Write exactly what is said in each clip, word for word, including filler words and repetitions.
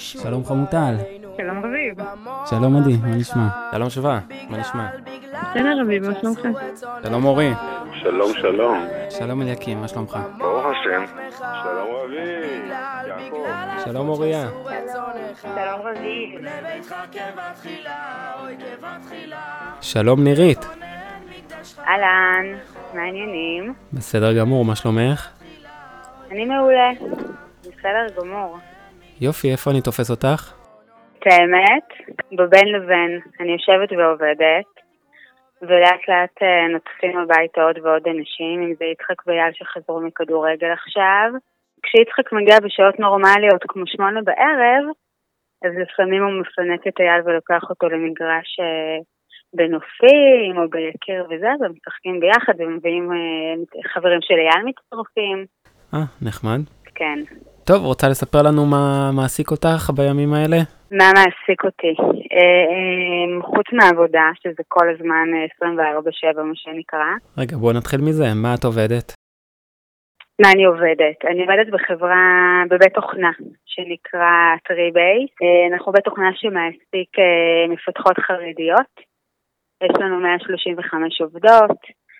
שלום חמוטל. שלום רביב. שלום עדי, מה נשמע? שלום שווה, מה נשמע? בסדר רביב, מה שלומך? שלום אורי. שלום שלום. שלום אליקים, מה שלומך? ברוך השם. שלום רביב. יעקב. שלום אוריה. שלום רביב. שלום נירית. אהלן, מה העניינים? בסדר גמור, מה שלומך? אני מעולה. בסדר גמור. יופי, איפה אני תופס אותך? את האמת, בבין לבין אני יושבת ועובדת, ולאט לאט נותחים הביתה עוד ועוד אנשים, אם זה יצחק ויאל שחזרו מכדורגל עכשיו. כשיצחק מגיע בשעות נורמליות כמו שמונה בערב, אז לפעמים הוא מפנק את אייל ולוקח אותו למגרש בנופים או ביקיר וזה, ומשחקים ביחד ומביאים חברים של אייל מצטרפים. אה, נחמד. כן. טוב, רוצה לספר לנו מה מעסיק אותך בימים האלה? מה מעסיק אותי? חוץ מהעבודה, שזה כל הזמן עשרים וארבע שבע, מה שנקרא. רגע, בוא נתחיל מזה. מה את עובדת? מה אני עובדת? אני עובדת בחברה, בבית תוכנה, שנקרא טרי בייס. אנחנו בית תוכנה שמעסיק מפתחות חרדיות. יש לנו מאה שלושים וחמש עובדות.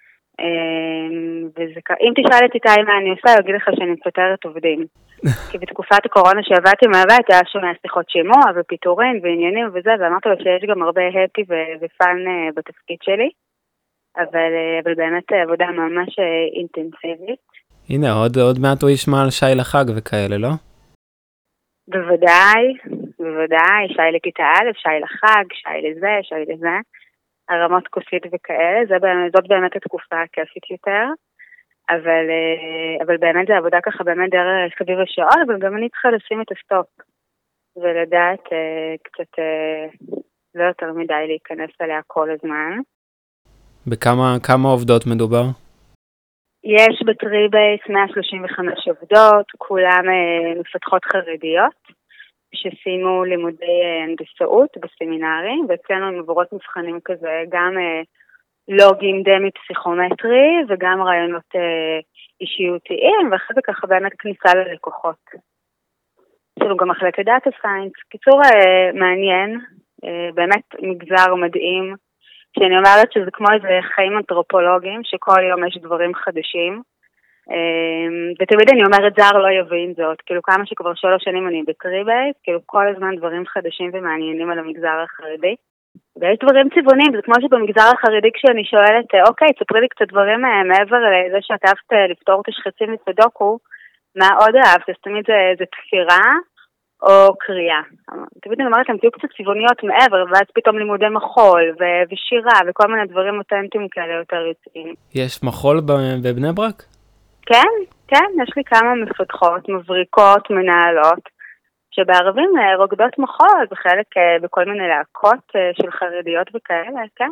אם תשאל את איתי מה אני עושה, אני אגיד לך שאני מפטרת עובדים. כי בתקופת הקורונה שעבדתי מהבית, היה שומע שיחות שימוע ופיטורין ועניינים וזה, ואמרתי לו שיש גם הרבה הפי ופן בתפקיד שלי, אבל, אבל באמת עבודה ממש אינטנסיבית. הנה, עוד, עוד מעט הוא ישמע על שי לחג וכאלה, לא? בוודאי, בוודאי, שי לכיתה א', שי לחג, שי לזה, שי לזה. הרמות כוסית וכאלה, זה באמת, זאת באמת התקופה הכיפית יותר, אבל, אבל באמת זה עבודה ככה באמת דרך סביב השעון, אבל גם אני צריכה לשים את הסטופ, ולדעת קצת לא יותר מדי להיכנס אליה כל הזמן. בכמה כמה עובדות מדובר? יש בטרי בייס מאה שלושים וחמש עובדות, כולם מפתחות חרדיות, שסיימו לימודי הנדסאות בסמינרים, ואצלנו הם עבורות מבחנים כזה, גם לוגים דמי פסיכומטרי, וגם רעיונות אישיותיים, ואחרי זה ככה באמת כניסה ללקוחות. יש לנו גם מחלקת דאטה סיינס. קיצור מעניין, באמת מגזר מדהים, שאני אומרת שזה כמו איזה חיים אנתרופולוגיים, שכל יום יש דברים חדשים, ותמיד אני אומרת זר לא יבין זאת, כאילו כמה שכבר שלוש שנים אני בטרי בייס, כאילו כל הזמן דברים חדשים ומעניינים על המגזר החרדי, ויש דברים צבעונים, זה כמו שבמגזר החרדי כשאני שואלת, אוקיי, תספרי לי קצת דברים מעבר לזה שאת אהבת לפתור את השחצים בסודוקו, מה עוד אהבת? אז תמיד זה, זה תפירה או קריאה. תמיד אני אומרת להם, תהיו קצת צבעוניות מעבר, ואז פתאום לימודי מחול ו- ושירה וכל מיני דברים אותנטיים כאלה יותר יוצאים. יש מחול בבני ברק? כן, כן, יש לי כמה מפתחות, מבריקות, מנהלות, שבערבים רוקדות מחול, בחלק בכל מיני להקות של חרדיות וכאלה, כן.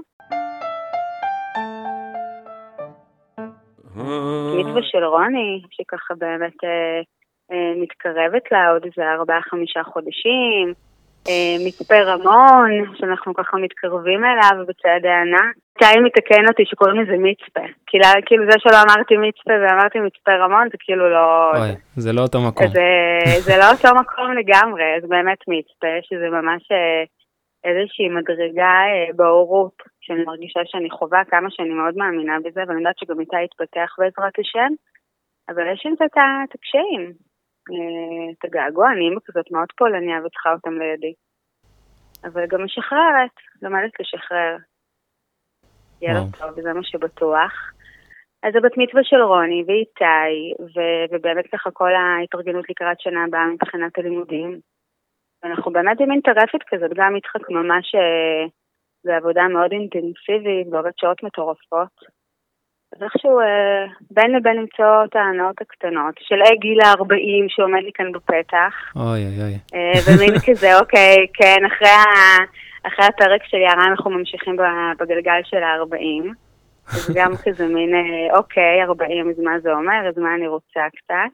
מצווה של רוני, שככה באמת מתקרבת לה עוד איזה ארבעה חמישה חודשים, מצפה רמון, שאנחנו ככה מתקרבים אליו בצעדי ענק. תאי מתקן אותי שקוראים לזה מצפה. כאילו זה שלא אמרתי מצפה ואמרתי מצפה רמון, זה כאילו לא... אוי, זה לא אותו מקום. זה, זה לא אותו מקום לגמרי, זה באמת מצפה, שזה ממש איזושהי מדרגה בהורות, שאני מרגישה שאני חובה כמה שאני מאוד מאמינה בזה, ואני יודעת שגם איתה יתפתח בעזרת השם, אבל יש עם זה את הקשיים. את הגעגוע, אני אימא כזאת מאוד פולניה וצריכה אותם לידי. אבל גם משחררת, למדת לשחרר. ילד טוב, וזה מה שבטוח. אז זה בת מצווה של רוני ואיתי, ו- ובאמת ככה כל ההתארגנות לקראת שנה הבאה מבחינת הלימודים. ואנחנו באמת עם אינטרפת כזאת, גם יצחק ממש בעבודה מאוד אינטנסיבית, בעובד שעות מטורפות. אז איכשהו בין לבין למצוא את הענאות הקטנות, של גיל ה-ארבעים שעומד לי כאן בפתח. אוי אוי אוי. ומין כזה, אוקיי, כן, אחרי, ה, אחרי הפרק של יערה אנחנו ממשיכים בגלגל של ה-ארבעים. אז גם כזה מין, אוקיי, ארבעים, אז מה זה אומר, אז מה אני רוצה קצת.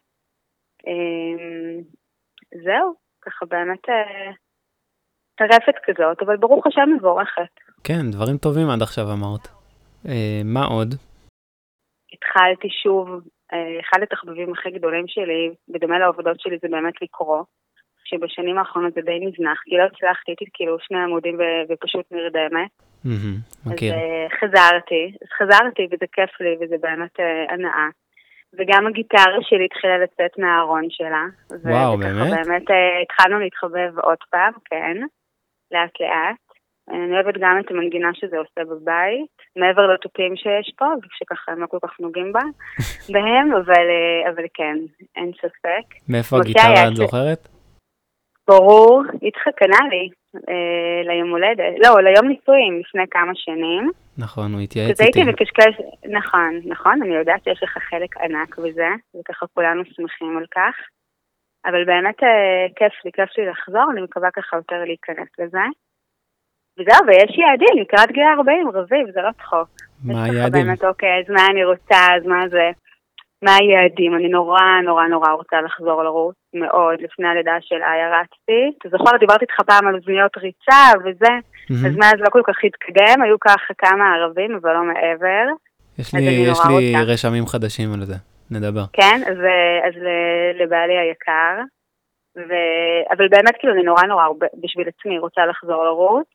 זהו, ככה באמת טרפת כזאת, אבל ברוך השם מבורכת. כן, דברים טובים עד עכשיו אמרת. מה עוד? התחלתי שוב, אחד התחביבים הכי גדולים שלי, בדומה לעבודות שלי זה באמת לקרוא. שבשנים האחרונות זה די נזנח, כי לא הצלחתי, הייתי כאילו שני עמודים ופשוט נרדמת. אז חזרתי, אז חזרתי וזה כיף לי וזה באמת הנאה. וגם הגיטרה שלי התחילה לצאת מהארון שלה. וואו, באמת? באמת התחלנו להתחבב עוד פעם, כן, לאט לאט. אני אוהבת גם את המנגינה שזה עושה בבית, מעבר לטופים שיש פה, שככה הם לא כל כך נוגעים בה, בהם, אבל, אבל כן, אין ספק. מאיפה הגיטרה את זוכרת? ברור, יצחק קנה לי, אה, ליום הולדת, לא, ליום נישואים, לפני כמה שנים. נכון, הוא התייעץ איתי. איתי. מקשקש, נכון, נכון, אני יודעת שיש לך חלק ענק בזה, וככה כולנו שמחים על כך, אבל באמת אה, כיף לי, כיף לי לחזור, אני מקווה ככה יותר להיכנס לזה. וזהו, ויש יעדים, לקראת גיל ארבעים, רביב, זה לא צחוק. מה היעדים? באמת, אוקיי, אז מה אני רוצה, אז מה זה, מה היעדים? אני נורא, נורא, נורא רוצה לחזור לרוץ, מאוד, לפני הלידה של איה רצתי. אתה זוכר, דיברתי איתך פעם על אוזניות ריצה וזה, אז מאז לא כל כך התקדם, היו ככה כמה ערבים, אבל לא מעבר. יש לי, יש לי רשמים חדשים על זה, נדבר. כן, אז, אז לבעלי היקר, ו... אבל באמת כאילו אני נורא נורא בשביל עצמי רוצה לחזור לרוץ,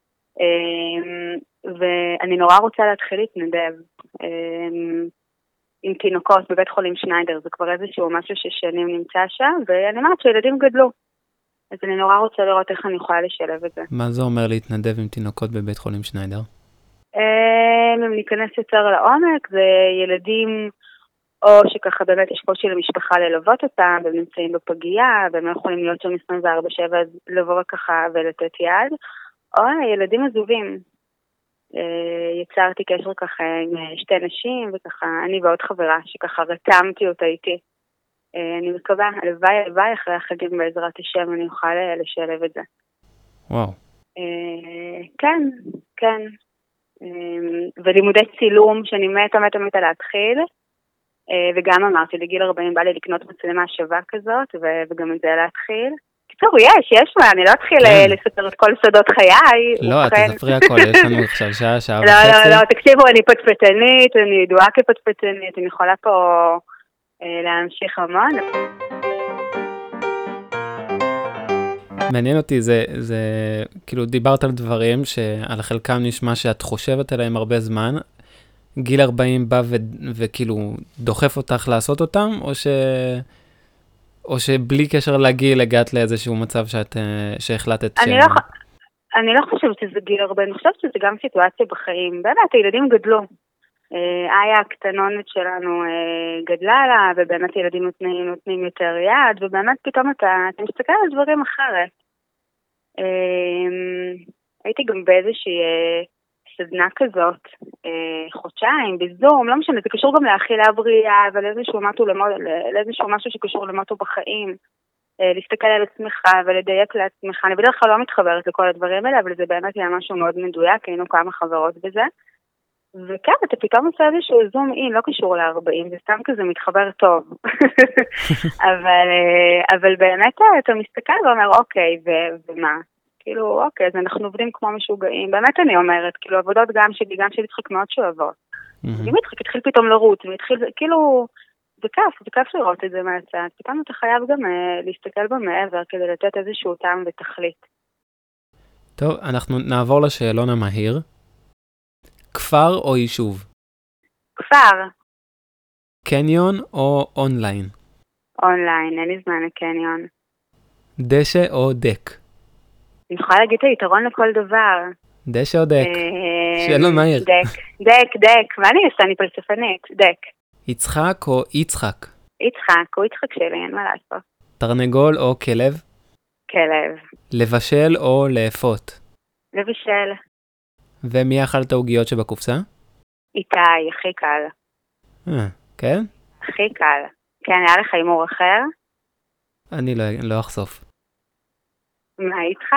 ואני נורא רוצה להתחיל להתנדב עם תינוקות בבית חולים שניידר, זה כבר איזשהו משהו ששנים נמצא שם, ואני אומרת שילדים גדלו, אז אני נורא רוצה לראות איך אני יכולה לשלב את זה. מה זה אומר להתנדב עם תינוקות בבית חולים שניידר? אם ניכנס יותר לעומק, זה ילדים או שככה באמת יש קושי למשפחה ללוות אותם, והם נמצאים בפגיעה, והם לא יכולים להיות שם עשרים וארבע שבע, אז לבוא ככה ולתת יד, או ילדים עזובים. יצרתי קשר ככה עם שתי נשים, וככה אני ועוד חברה שככה רתמתי אותה איתי. אני מקווה, הלוואי, הלוואי אחרי החגים בעזרת השם, אני אוכל לשלב את זה. וואו. כן, כן. ולימודי צילום שאני מתה מתה מתה להתחיל, וגם אמרתי, לגיל ארבעים בא לי לקנות מצלמה שווה כזאת, וגם את זה להתחיל. קיצור, יש, יש מה, אני לא אתחיל לספר את כל סודות חיי. לא, את תספרי הכל, יש לנו עכשיו שעה, שעה וחצי. לא, לא, לא, תקשיבו, אני פטפטנית, אני ידועה כפטפטנית, אני יכולה פה להמשיך המון. מעניין אותי, זה, זה, כאילו, דיברת על דברים שעל חלקם נשמע שאת חושבת עליהם הרבה זמן, גיל ארבעים בא ו, וכאילו דוחף אותך לעשות אותם, או ש... או שבלי קשר לגיל הגעת לאיזשהו מצב שאת, שהחלטת אני, ש... לא, אני לא חושבת שזה גיל ארבעים, אני חושבת שזה גם סיטואציה בחיים. באמת, הילדים גדלו. איה הקטנונת שלנו גדלה לה, ובאמת ילדים נותנים, נותנים יותר יד, ובאמת פתאום אתה, אתה מסתכל על דברים אחרת. הייתי גם באיזושהי סדנה כזאת, חודשיים, בזום, לא משנה, זה קשור גם לאכילה בריאה, אבל איזשהו משהו, לאיזשהו משהו שקשור למוטו בחיים, להסתכל על עצמך ולדייק לעצמך. אני בדרך כלל לא מתחברת לכל הדברים האלה, אבל זה באמת היה משהו מאוד מדויק, היינו כמה חברות בזה. וכן, אתה פתאום עושה איזשהו זום אין, לא קשור ל-ארבעים, זה סתם כזה מתחבר טוב. אבל, אבל באמת אתה מסתכל ואומר, אוקיי, ו- ומה? כאילו, אוקיי, אז אנחנו עובדים כמו משוגעים. באמת אני אומרת, כאילו, עבודות גם שלי, גם שלי יצחק מאוד שאוהבות. אם יצחק התחיל פתאום לרוץ, והתחיל, כאילו, זה כיף, זה כיף לראות את זה מהצד. פתאום אתה חייב גם להסתכל במעבר, כדי לתת איזשהו טעם ותכלית. טוב, אנחנו נעבור לשאלון המהיר. כפר או יישוב? כפר. קניון או אונליין? אונליין, אין לי זמן לקניון. דשא או דק? אני יכולה להגיד את היתרון לכל דבר. דשא או דק? שאלון מהיר. דק, דק, דק. מה אני עושה? אני פלספנית. דק. יצחק או יצחק? יצחק, הוא יצחק שלי, אין מה לעשות. תרנגול או כלב? כלב. לבשל או לאפות? לבשל. ומי אכל את העוגיות שבקופסה? איתי, הכי קל. אה, כן? הכי קל. כן, היה לך הימור אחר? אני לא, לא אחשוף. מה, איתך?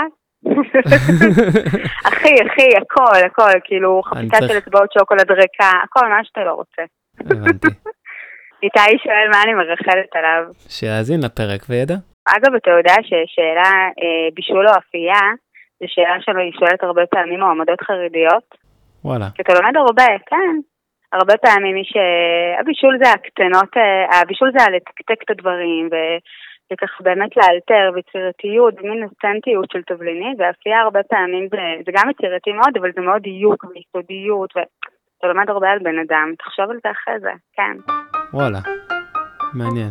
אחי, אחי, הכל, הכל, כאילו חפיתה של אצבעות שוקולד ריקה, הכל, מה שאתה לא רוצה. הבנתי. איתי שואל מה אני מרחלת עליו. שיאזין לפרק וידע. אגב, אתה יודע ששאלה אה, בישול או אפייה, זו שאלה שאני שואלת הרבה פעמים מועמדות חרדיות. וואלה. שאתה לומד הרבה, כן. הרבה פעמים מי שהבישול זה הקטנות, הבישול זה לתקתק את הדברים ו... וככה באמת לאלתר ויצירתיות, מין אותנטיות של תבלינים, ואפייה הרבה פעמים, זה, זה גם יצירתי מאוד, אבל זה מאוד דיוק ויסודיות, ואתה לומד הרבה על בן אדם, תחשוב על זה אחרי זה, כן. וואלה, מעניין.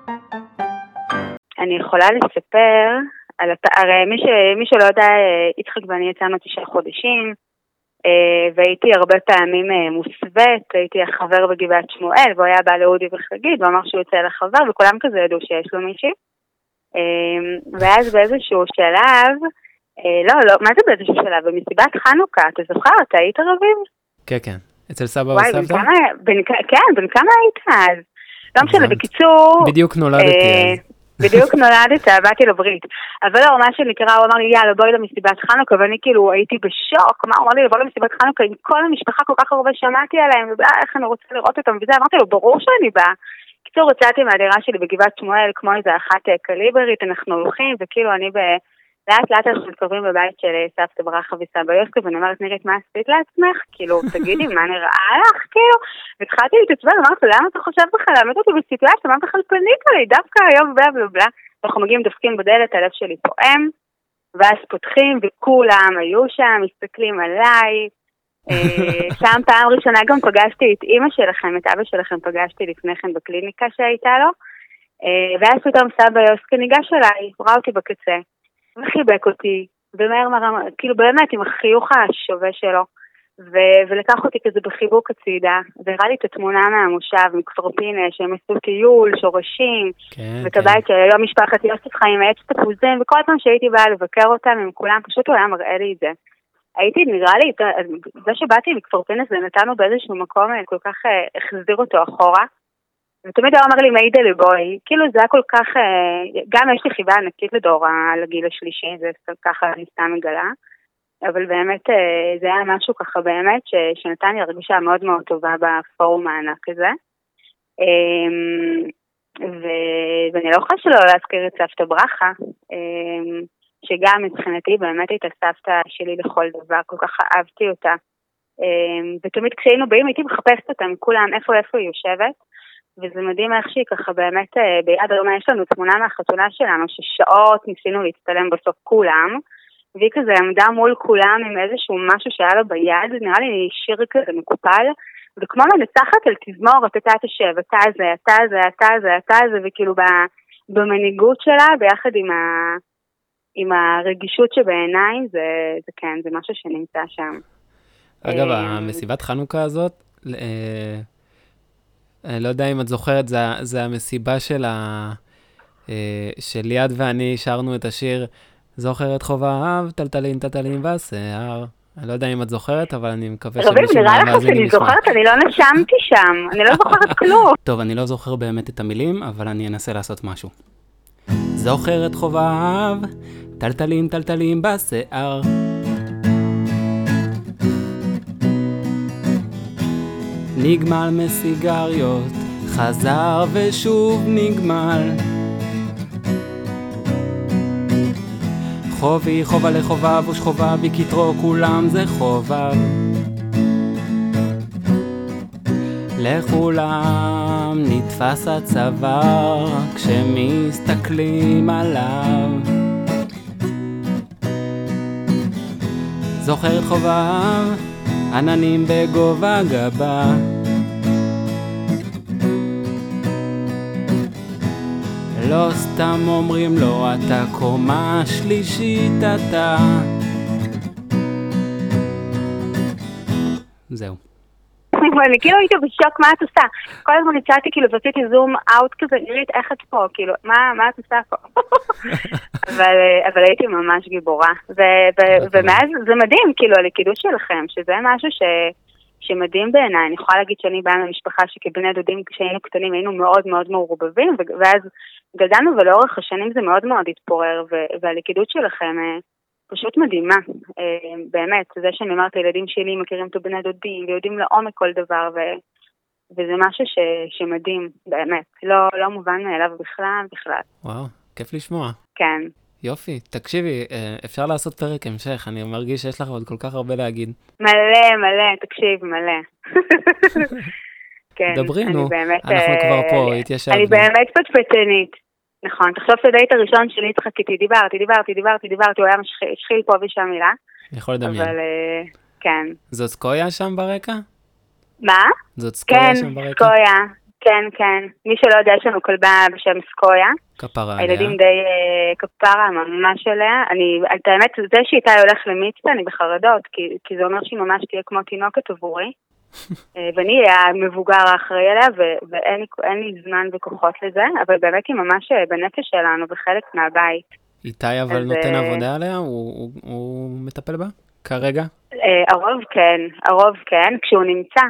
אני יכולה לספר, על הת... הרי מי, ש... מי שלא יודע, יצחק ואני יצאנו תשעה חודשים, והייתי הרבה פעמים מוסוות, הייתי החבר בגבעת שמואל, והוא היה בא לאודי וחגית, ואמר שהוא יוצא לחבר, וכולם כזה ידעו שיש לו מישהי. ואז באיזשהו שלב, לא, לא, מה זה באיזשהו שלב? במסיבת חנוכה, אתה זוכר? אתה היית רביב? כן, כן. אצל סבא וסבתא? כן, בן כמה היית אז? לא משנה, בקיצור... בדיוק נולדתי אז. בדיוק נולדת, באתי לברית. אבל לא, מה שנקרא, הוא אמר לי, יאללה, בואי למסיבת חנוכה, ואני כאילו הייתי בשוק, מה הוא אמר לי, לבוא למסיבת חנוכה, עם כל המשפחה כל כך הרבה שמעתי עליהם, ואיך אני רוצה לראות אותם, וזה, אמרתי לו, ברור שאני באה. קיצור, רצאתי מהדירה שלי בגבעת שמואל, כמו איזה אחת קליברית, אנחנו הולכים, וכאילו אני ב... לאט לאט אנחנו מתקרבים בבית של סבתא ברכה וסבא יוסקו, ואני אומרת, נירית, מה עשית לעצמך? כאילו, תגידי, מה נראה לך? כאילו, והתחלתי להתעצבן, אמרתי, למה אתה חושב בכלל? לעמד אותי בסיטואציה, מה בכלל פנית לי? דווקא היום בלה בלה בלה. אנחנו מגיעים, דופקים בדלת, הלב שלי פועם, ואז פותחים, וכולם היו שם, מסתכלים עליי. שם פעם ראשונה גם פגשתי את אמא שלכם, את אבא שלכם פגשתי לפני כן בקליניקה שהייתה לו, ואז פתאום סבא יוסקו ניגש אליי, ראה אותי בקצה. וחיבק אותי, במהר מרמה, כאילו באמת עם החיוך השווה שלו, ו- ולקח אותי כזה בחיבוק הצידה, והראה לי את התמונה מהמושב, מכפר פינה, שהם עשו טיול, שורשים, כן, ואת כן. הבית שהיום משפחת יוסף חיים, העץ תפוזים, וכל הזמן שהייתי באה לבקר אותם עם כולם, פשוט הוא היה מראה לי את זה. הייתי, נראה לי, זה שבאתי מכפר פינה, זה נתנו באיזשהו מקום, כל כך החזיר אותו אחורה, ותמיד הוא אמר לי, מיידה לבוי, כאילו זה היה כל כך, גם יש לי חיבה ענקית לדורה לגיל השלישי, זה ככה אני סתם מגלה, אבל באמת זה היה משהו ככה באמת, ש, שנתן לי הרגישה מאוד מאוד טובה בפורום הענק הזה, ו, ואני לא יכולה שלא להזכיר את סבתא ברכה, שגם מבחינתי באמת הייתה סבתא שלי לכל דבר, כל כך אהבתי אותה, ותמיד כשהיינו באים הייתי מחפשת אותה מכולם, איפה איפה היא יושבת, וזה מדהים איך שהיא ככה באמת ביד רמה, יש לנו תמונה מהחתונה שלנו, ששעות ניסינו להצטלם בסוף כולם, והיא כזה עמדה מול כולם עם איזשהו משהו שהיה לו ביד, נראה לי שיר כזה מקופל, וכמו מנצחת על תזמור, אתה תשב, אתה זה, אתה זה, אתה זה, אתה זה, וכאילו במנהיגות שלה, ביחד עם, ה, עם הרגישות שבעיניי, זה, זה כן, זה משהו שנמצא שם. אגב, המסיבת חנוכה הזאת, אני לא יודע אם את זוכרת, זה, זה המסיבה של, ה, של ליד ואני שרנו את השיר, זוכרת חובב, טלטלים, טלטלים והשיער. אני לא יודע אם את זוכרת, אבל אני מקווה רביב, נראה לך שאני זוכרת, אני לא נשמתי שם, אני לא זוכרת כלום. טוב, אני לא זוכר באמת את המילים, אבל אני אנסה לעשות משהו. זוכרת חובב, טלטלים, טלטלים בשיער. נגמל מסיגריות, חזר ושוב נגמל. חובי חובה לחובב ושחובב בכתרו, כולם זה חובב. לכולם נתפס הצוואר כשמסתכלים עליו. זוכרת חובב, עננים בגובה גבה. לא סתם אומרים לו, אתה קומה שלישית אתה. זהו. אני כאילו הייתי בשוק, מה את עושה? כל הזמן הצעתי כאילו ועשיתי זום אאוט כזה, נראית איך את פה, כאילו, מה את עושה פה? אבל הייתי ממש גיבורה. ומאז זה מדהים, כאילו, הלכידות שלכם, שזה משהו שמדהים בעיניי. אני יכולה להגיד שאני באה ממשפחה שכבני דודים כשהיינו קטנים היינו מאוד מאוד מעורבבים, ואז גדלנו ולאורך השנים זה מאוד מאוד התפורר, והלכידות שלכם פשוט מדהימה, באמת, זה שאני אומרת, הילדים שלי מכירים את בני דודים, ויודעים לעומק כל דבר, ו... וזה משהו ש... שמדהים, באמת, לא, לא מובן מאליו בכלל, בכלל. וואו, כיף לשמוע. כן. יופי, תקשיבי, אפשר לעשות פרק המשך, אני מרגיש שיש לך עוד כל כך הרבה להגיד. מלא, מלא, תקשיב, מלא. כן, דברי, נו, אנחנו כבר פה, התיישבנו. אני באמת פטפטנית. נכון, תחשוב שדייט הראשון שלי יצחק איתי, דיברתי, דיברתי, דיברתי, דיברתי, הוא היה משחיל פה ושם מילה. יכול לדמיין. אבל כן. זאת סקויה שם ברקע? מה? זאת סקויה כן, שם ברקע? סקויה, כן, כן. מי שלא יודע, יש לנו כלבה בשם סקויה. כפרה עליה. הילדים די כפרה, ממש עליה. אני, את האמת, זה שאיתי הולך למיצפה, אני בחרדות, כי, כי זה אומר שהיא ממש תהיה כמו תינוקת עבורי. ואני המבוגר האחראי עליה, ו- ואין לי, לי זמן וכוחות לזה, אבל באמת היא ממש בנפש שלנו, וחלק מהבית. איתי אבל אז, נותן uh, עבודה עליה? הוא, הוא, הוא מטפל בה? כרגע? Uh, הרוב כן, הרוב כן, כשהוא נמצא.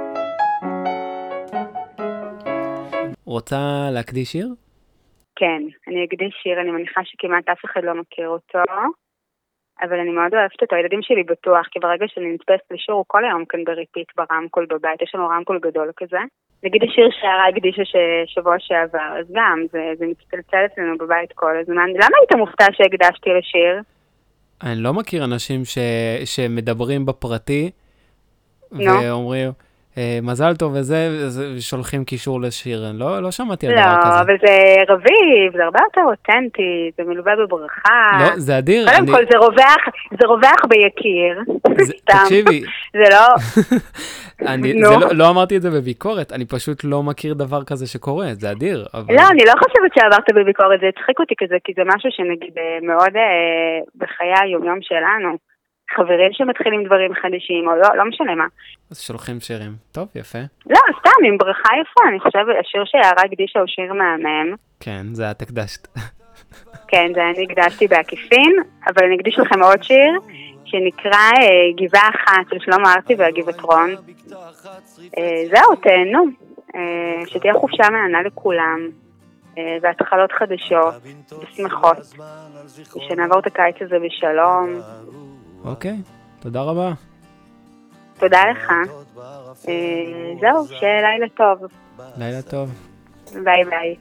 רוצה להקדיש שיר? כן, אני אקדיש שיר, אני מניחה שכמעט אף אחד לא מכיר אותו. אבל אני מאוד אוהבת אותו, הילדים שלי בטוח, כי ברגע שאני נתפסת לשיר הוא כל היום כאן בריפיט ברמקול בבית, יש לנו רמקול גדול כזה. נגיד השיר שהערה הקדישה שבוע שעבר, אז גם, זה, זה מצטלצל אצלנו בבית כל הזמן. למה היית מופתע שהקדשתי לשיר? אני לא מכיר אנשים ש... שמדברים בפרטי, no. ואומרים, מזל טוב וזה, ושולחים קישור לשיר. לא, לא שמעתי על דבר כזה. לא, אבל זה רביב, זה הרבה יותר אותנטי, זה מלווה בברכה. לא, זה אדיר. קודם כל, זה רווח, זה רווח ביקיר. תקשיבי. זה לא... אני לא אמרתי את זה בביקורת, אני פשוט לא מכיר דבר כזה שקורה, זה אדיר. לא, אני לא חושבת שעברת בביקורת, זה הצחיק אותי כזה, כי זה משהו שנגיד מאוד בחיי היומיום שלנו. חברים שמתחילים דברים חדשים, או לא, לא משנה מה. אז שולחים שירים. טוב, יפה. לא, סתם, עם ברכה יפה. אני חושבת, השיר שהערה הקדישה הוא שיר מהמם. כן, זה את הקדשת. כן, זה אני הקדשתי בעקיפין, אבל אני אקדיש לכם עוד שיר, שנקרא אה, גבעה אחת של שלמה ארצי והגבעתרון. אה, זהו, תהנו. אה, שתהיה חופשה מהנה לכולם, אה, והתחלות חדשות, ושמחות. ושנעבור את הקיץ הזה בשלום. אוקיי, תודה רבה. תודה לך. זהו, שיהיה לילה טוב. לילה טוב. ביי ביי.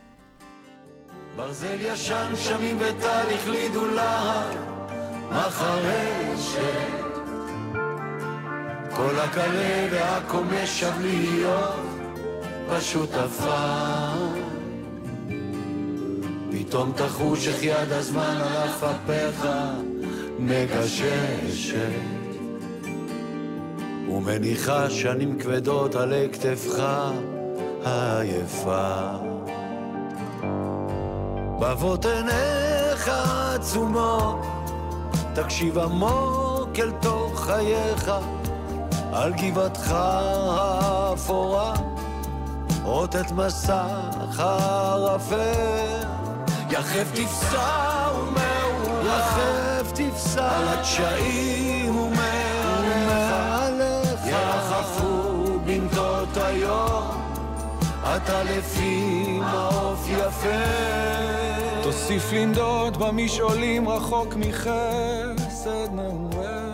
ברזל ישן שמים ותהליך לידולה מחרשת כל הקלה והקומש שב להיות פשוט עפר פתאום תחוש איך יד הזמן על אף אפיך מגששת ומניחה שנים כבדות על כתפך העייפה בבות עיניך עצומות תקשיב עמוק אל תוך חייך על גבעתך האפורה רוטט מסך הרפר יחף תפסע ומאורך יחף תפסע על התשעים ומעליך ירחפו בנתות היום אתה לפי מעוף יפה תוסיף לנדוד במשעולים רחוק מחסד מעורר